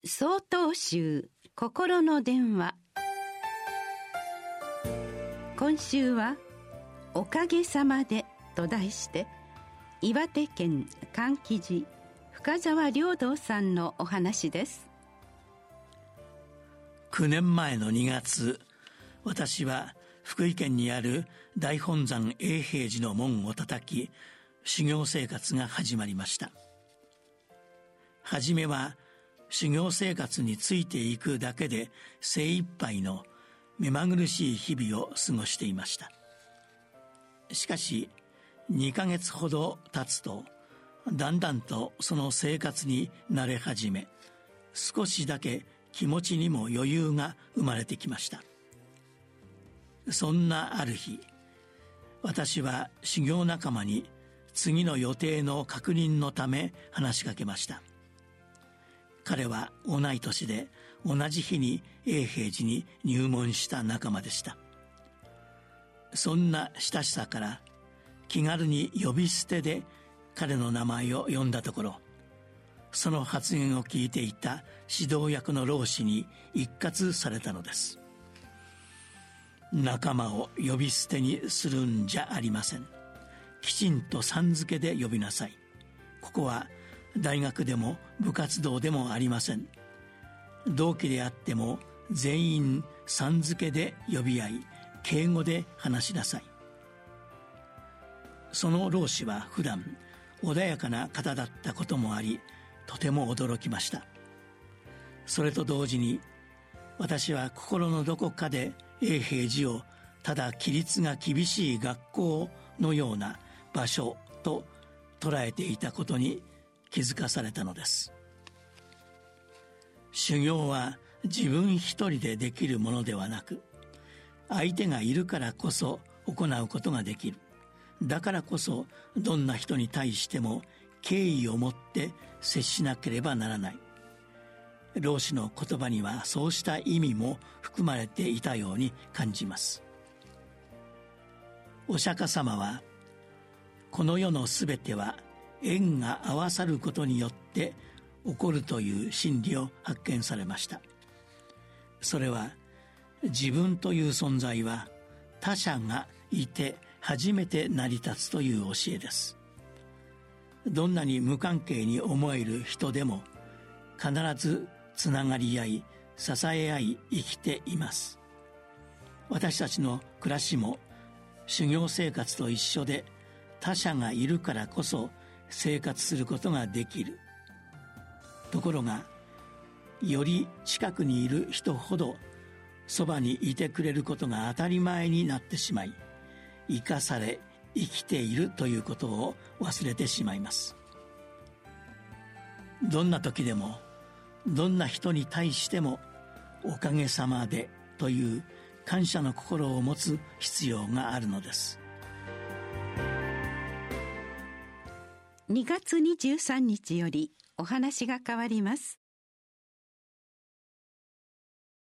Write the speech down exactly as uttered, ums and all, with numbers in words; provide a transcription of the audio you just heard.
総統集心の電話。今週はおかげさまでと題して、岩手県柑橘寺深沢良道さんのお話です。 きゅうねんまえのにがつ、私は福井県にある大本山永平寺の門を叩き、修行生活が始まりました。はじめは修行生活についていくだけで精一杯の目まぐるしい日々を過ごしていました。しかしにかげつほど経つと、だんだんとその生活に慣れ始め、少しだけ気持ちにも余裕が生まれてきました。そんなある日、私は修行仲間に次の予定の確認のため話しかけました。彼は同い年で、同じ日に永平寺に入門した仲間でした。そんな親しさから気軽に呼び捨てで彼の名前を呼んだところ、その発言を聞いていた指導役の老師に一喝されたのです。仲間を呼び捨てにするんじゃありません。きちんとさん付けで呼びなさい。ここは大学でも部活動でもありません。同期であっても全員さん付けで呼び合い、敬語で話しなさい。その老師は普段穏やかな方だったこともあり、とても驚きました。それと同時に、私は心のどこかで永平寺をただ規律が厳しい学校のような場所と捉えていたことに気づかされたのです。修行は自分一人でできるものではなく、相手がいるからこそ行うことができる。だからこそどんな人に対しても敬意を持って接しなければならない。老師の言葉にはそうした意味も含まれていたように感じます。お釈迦様は、この世のすべては縁が合わさることによって起こるという真理を発見されました。それは、自分という存在は他者がいて初めて成り立つという教えです。どんなに無関係に思える人でも必ずつながり合い、支え合い生きています。私たちの暮らしも修行生活と一緒で、他者がいるからこそ生活することができる。ところが、より近くにいる人ほどそばにいてくれることが当たり前になってしまい、生かされ生きているということを忘れてしまいます。どんな時でも、どんな人に対しても、おかげさまでという感謝の心を持つ必要があるのです。 にがつにじゅうさんにちよりお話が変わります。